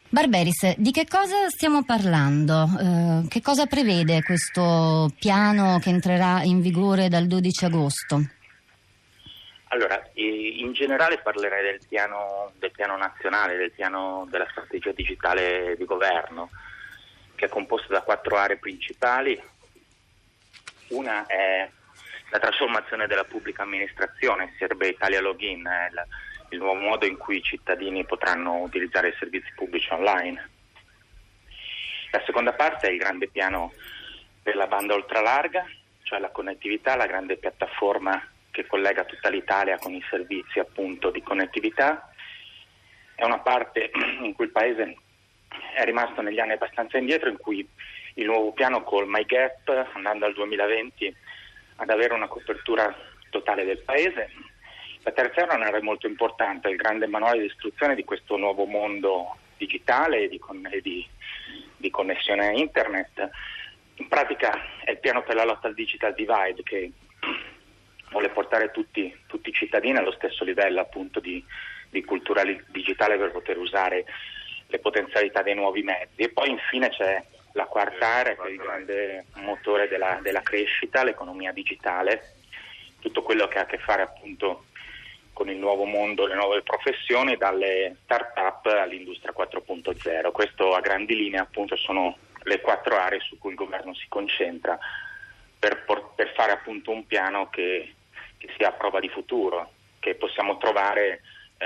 Barberis, di che cosa stiamo parlando? Che cosa prevede questo piano che entrerà in vigore dal 12 agosto? Allora, in generale parlerei del piano nazionale, del piano della strategia digitale di governo, che è composto da 4 aree principali. Una è la trasformazione della pubblica amministrazione, sarebbe Italia Login, il nuovo modo in cui i cittadini potranno utilizzare i servizi pubblici online. La seconda parte è il grande piano per la banda ultralarga, cioè la connettività, la grande piattaforma che collega tutta l'Italia con i servizi appunto di connettività. È una parte in cui il Paese è rimasto negli anni abbastanza indietro, in cui il nuovo piano col MyGap, andando al 2020, ad avere una copertura totale del Paese. La terza era un'area molto importante, il grande manuale di istruzione di questo nuovo mondo digitale e di connessione a internet. In pratica è il piano per la lotta al digital divide, che vuole portare tutti i cittadini allo stesso livello appunto di cultura digitale per poter usare le potenzialità dei nuovi mezzi. E poi infine c'è la quarta area, che è il grande motore della crescita, l'economia digitale, tutto quello che ha a che fare appunto con il nuovo mondo, le nuove professioni, dalle start-up all'industria 4.0. Questo a grandi linee appunto sono le 4 aree su cui il governo si concentra per fare appunto un piano che sia a prova di futuro, che possiamo trovare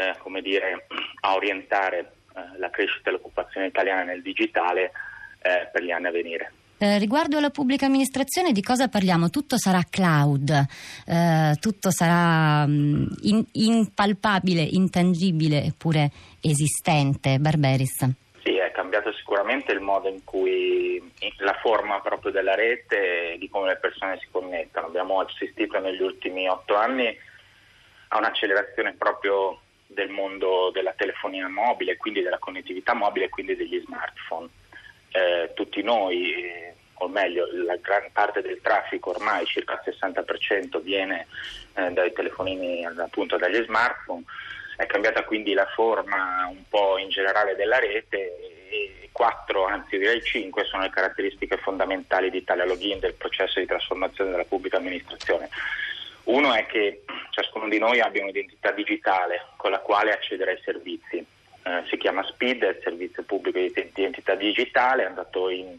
a orientare la crescita e l'occupazione italiana nel digitale per gli anni a venire. Riguardo alla pubblica amministrazione, di cosa parliamo? Tutto sarà cloud, tutto sarà impalpabile, intangibile eppure esistente. Barberis. Sì, è cambiato sicuramente il modo in cui la forma proprio della rete e di come le persone si connettono. Abbiamo assistito negli ultimi 8 anni a un'accelerazione proprio del mondo della telefonia mobile, quindi della connettività mobile e quindi degli smartphone. Tutti noi, o meglio la gran parte del traffico ormai, circa il 60%, viene dai telefonini, appunto dagli smartphone. È cambiata quindi la forma un po' in generale della rete e 4, anzi direi 5 sono le caratteristiche fondamentali di Italia Login, del processo di trasformazione della pubblica amministrazione. Uno è che ciascuno di noi abbia un'identità digitale con la quale accedere ai servizi. Si chiama SPID, è il servizio pubblico di identità digitale, è andato in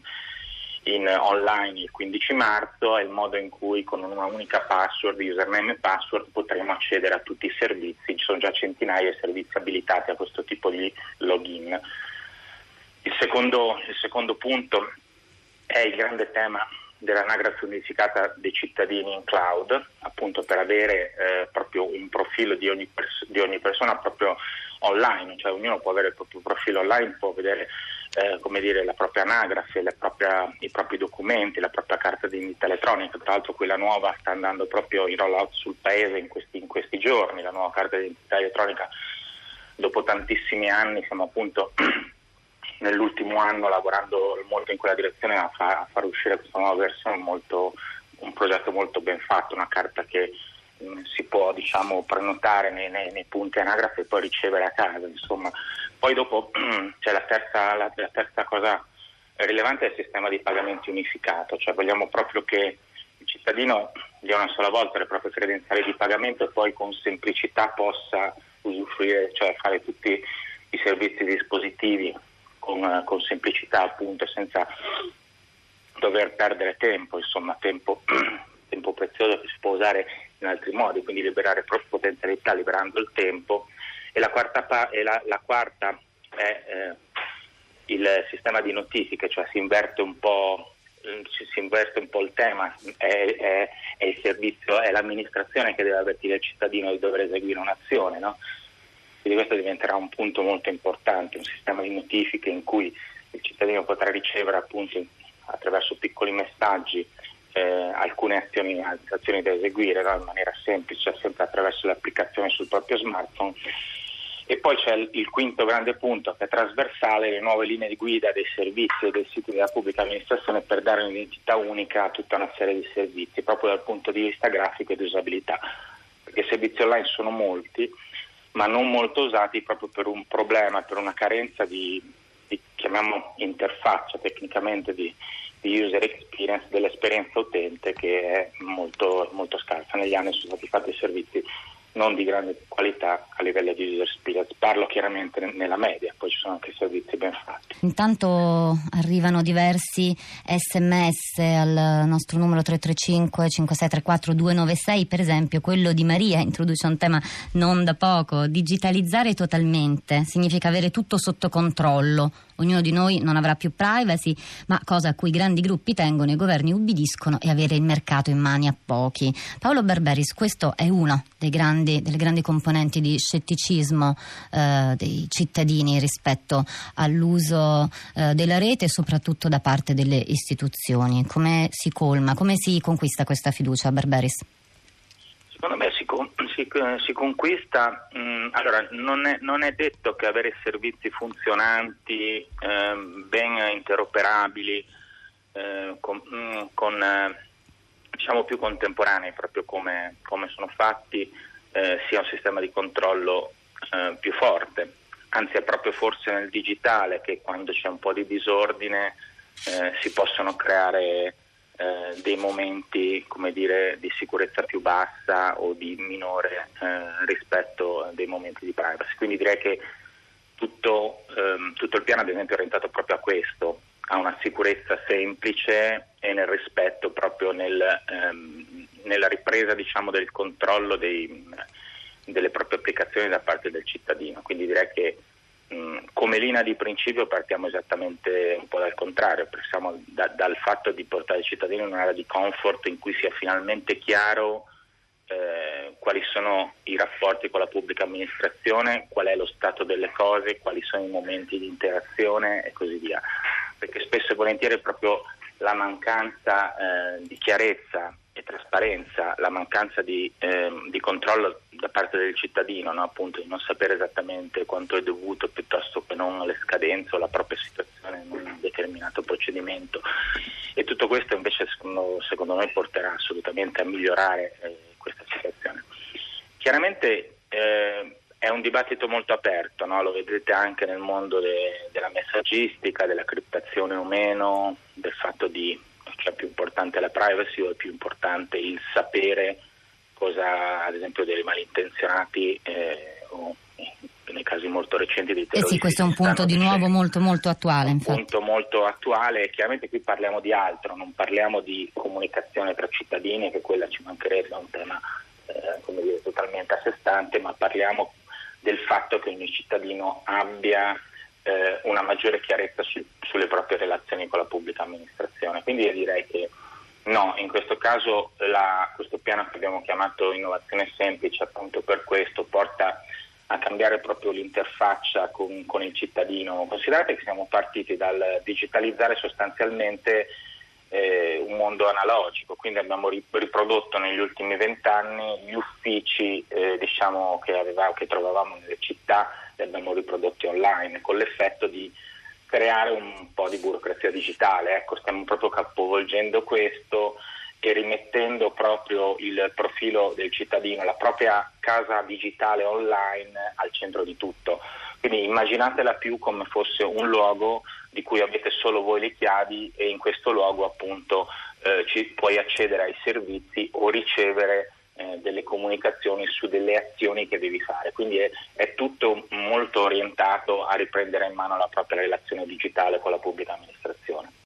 online il 15 marzo, è il modo in cui con una unica password, username e password, potremo accedere a tutti i servizi. Ci sono già centinaia di servizi abilitati a questo tipo di login. Il secondo punto è il grande tema dell'anagrafe unificata dei cittadini in cloud, appunto per avere proprio un profilo di ogni persona proprio online, cioè ognuno può avere il proprio profilo online, può vedere la propria anagrafe, i propri documenti, la propria carta di identità elettronica. Tra l'altro quella nuova sta andando proprio in rollout sul Paese in questi giorni, la nuova carta di identità elettronica. Dopo tantissimi anni siamo appunto nell'ultimo anno lavorando molto in quella direzione a far uscire questa nuova versione, un progetto molto ben fatto, una carta che si può prenotare nei punti anagrafe e poi ricevere a casa, insomma. Poi dopo c'è la terza cosa rilevante, è il sistema di pagamenti unificato, cioè vogliamo proprio che il cittadino dia una sola volta le proprie credenziali di pagamento e poi con semplicità possa usufruire, cioè fare tutti i servizi dispositivi con semplicità, appunto, senza dover perdere tempo, insomma tempo prezioso che si può usare in altri modi, quindi liberare proprio potenzialità liberando il tempo. E la quarta è il sistema di notifiche, cioè si inverte un po' il tema, è il servizio, è l'amministrazione che deve avvertire il cittadino di dover eseguire un'azione, no? Quindi questo diventerà un punto molto importante, un sistema di notifiche in cui il cittadino potrà ricevere appunto attraverso piccoli messaggi alcune azioni da eseguire, no? In maniera semplice, sempre attraverso l'applicazione sul proprio smartphone. E poi c'è il quinto grande punto, che è trasversale, le nuove linee di guida dei servizi e dei siti della pubblica amministrazione per dare un'identità unica a tutta una serie di servizi, proprio dal punto di vista grafico e di usabilità, perché i servizi online sono molti, ma non molto usati proprio per un problema, per una carenza di chiamiamo interfaccia tecnicamente di user experience, dell'esperienza utente, che è molto, molto scarsa. Negli anni sono stati fatti servizi non di grande qualità a livello di user experience, parlo chiaramente nella media, poi ci sono anche servizi ben fatti. Intanto arrivano diversi sms al nostro numero 335 5634 296, per esempio quello di Maria introduce un tema non da poco: digitalizzare totalmente significa avere tutto sotto controllo. Ognuno di noi non avrà più privacy, ma cosa a cui i grandi gruppi tengono, i governi ubbidiscono, e avere il mercato in mani a pochi. Paolo Barberis, questo è uno delle grandi componenti di scetticismo dei cittadini rispetto all'uso della rete, soprattutto da parte delle istituzioni. Come si colma, come si conquista questa fiducia, Barberis? Secondo me si conquista, allora non è detto che avere servizi funzionanti, ben interoperabili, con diciamo più contemporanei, proprio come sono fatti, sia un sistema di controllo più forte. Anzi, è proprio forse nel digitale che, quando c'è un po' di disordine, si possono creare dei momenti, come dire, di sicurezza più bassa o di minore rispetto a dei momenti di privacy. Quindi direi che tutto il piano, ad esempio, è orientato proprio a questo, a una sicurezza semplice e nel rispetto proprio nella ripresa, diciamo, del controllo delle proprie applicazioni da parte del cittadino. Quindi direi che come linea di principio partiamo esattamente un po' dal contrario, partiamo dal fatto di portare il cittadino in un'area di comfort in cui sia finalmente chiaro quali sono i rapporti con la pubblica amministrazione, qual è lo stato delle cose, quali sono i momenti di interazione e così via, perché spesso e volentieri è proprio la mancanza di chiarezza e trasparenza, la mancanza di controllo da parte del cittadino, no? Appunto, di non sapere esattamente quanto è dovuto, piuttosto che non le scadenze o la propria situazione in un determinato procedimento. E tutto questo invece secondo me porterà assolutamente a migliorare questa situazione. Chiaramente è un dibattito molto aperto, no? Lo vedete anche nel mondo della messaggistica, della criptazione o meno, del fatto di che è più importante la privacy o è più importante il sapere cosa, ad esempio, dei malintenzionati o nei casi molto recenti dei terroristi. Sì, questo è un punto di nuovo molto molto attuale. Un punto molto attuale. Chiaramente qui parliamo di altro, non parliamo di comunicazione tra cittadini, che quella ci mancherebbe, è un tema come dire, totalmente a sé stante, ma parliamo del fatto che ogni cittadino abbia una maggiore chiarezza sulle proprie relazioni con la pubblica amministrazione. Quindi io direi che no, in questo caso questo piano che abbiamo chiamato innovazione semplice, appunto per questo, porta a cambiare proprio l'interfaccia con il cittadino. Considerate che siamo partiti dal digitalizzare sostanzialmente un mondo analogico, quindi abbiamo riprodotto negli ultimi 20 anni gli uffici diciamo che trovavamo nelle città, li abbiamo riprodotti online, con l'effetto di creare un po' di burocrazia digitale. Ecco, stiamo proprio capovolgendo questo e rimettendo proprio il profilo del cittadino, la propria casa digitale online al centro di tutto. Quindi immaginatela più come fosse un luogo di cui avete solo voi le chiavi, e in questo luogo appunto ci puoi accedere ai servizi o ricevere delle comunicazioni su delle azioni che devi fare. Quindi è tutto molto orientato a riprendere in mano la propria relazione digitale con la pubblica amministrazione.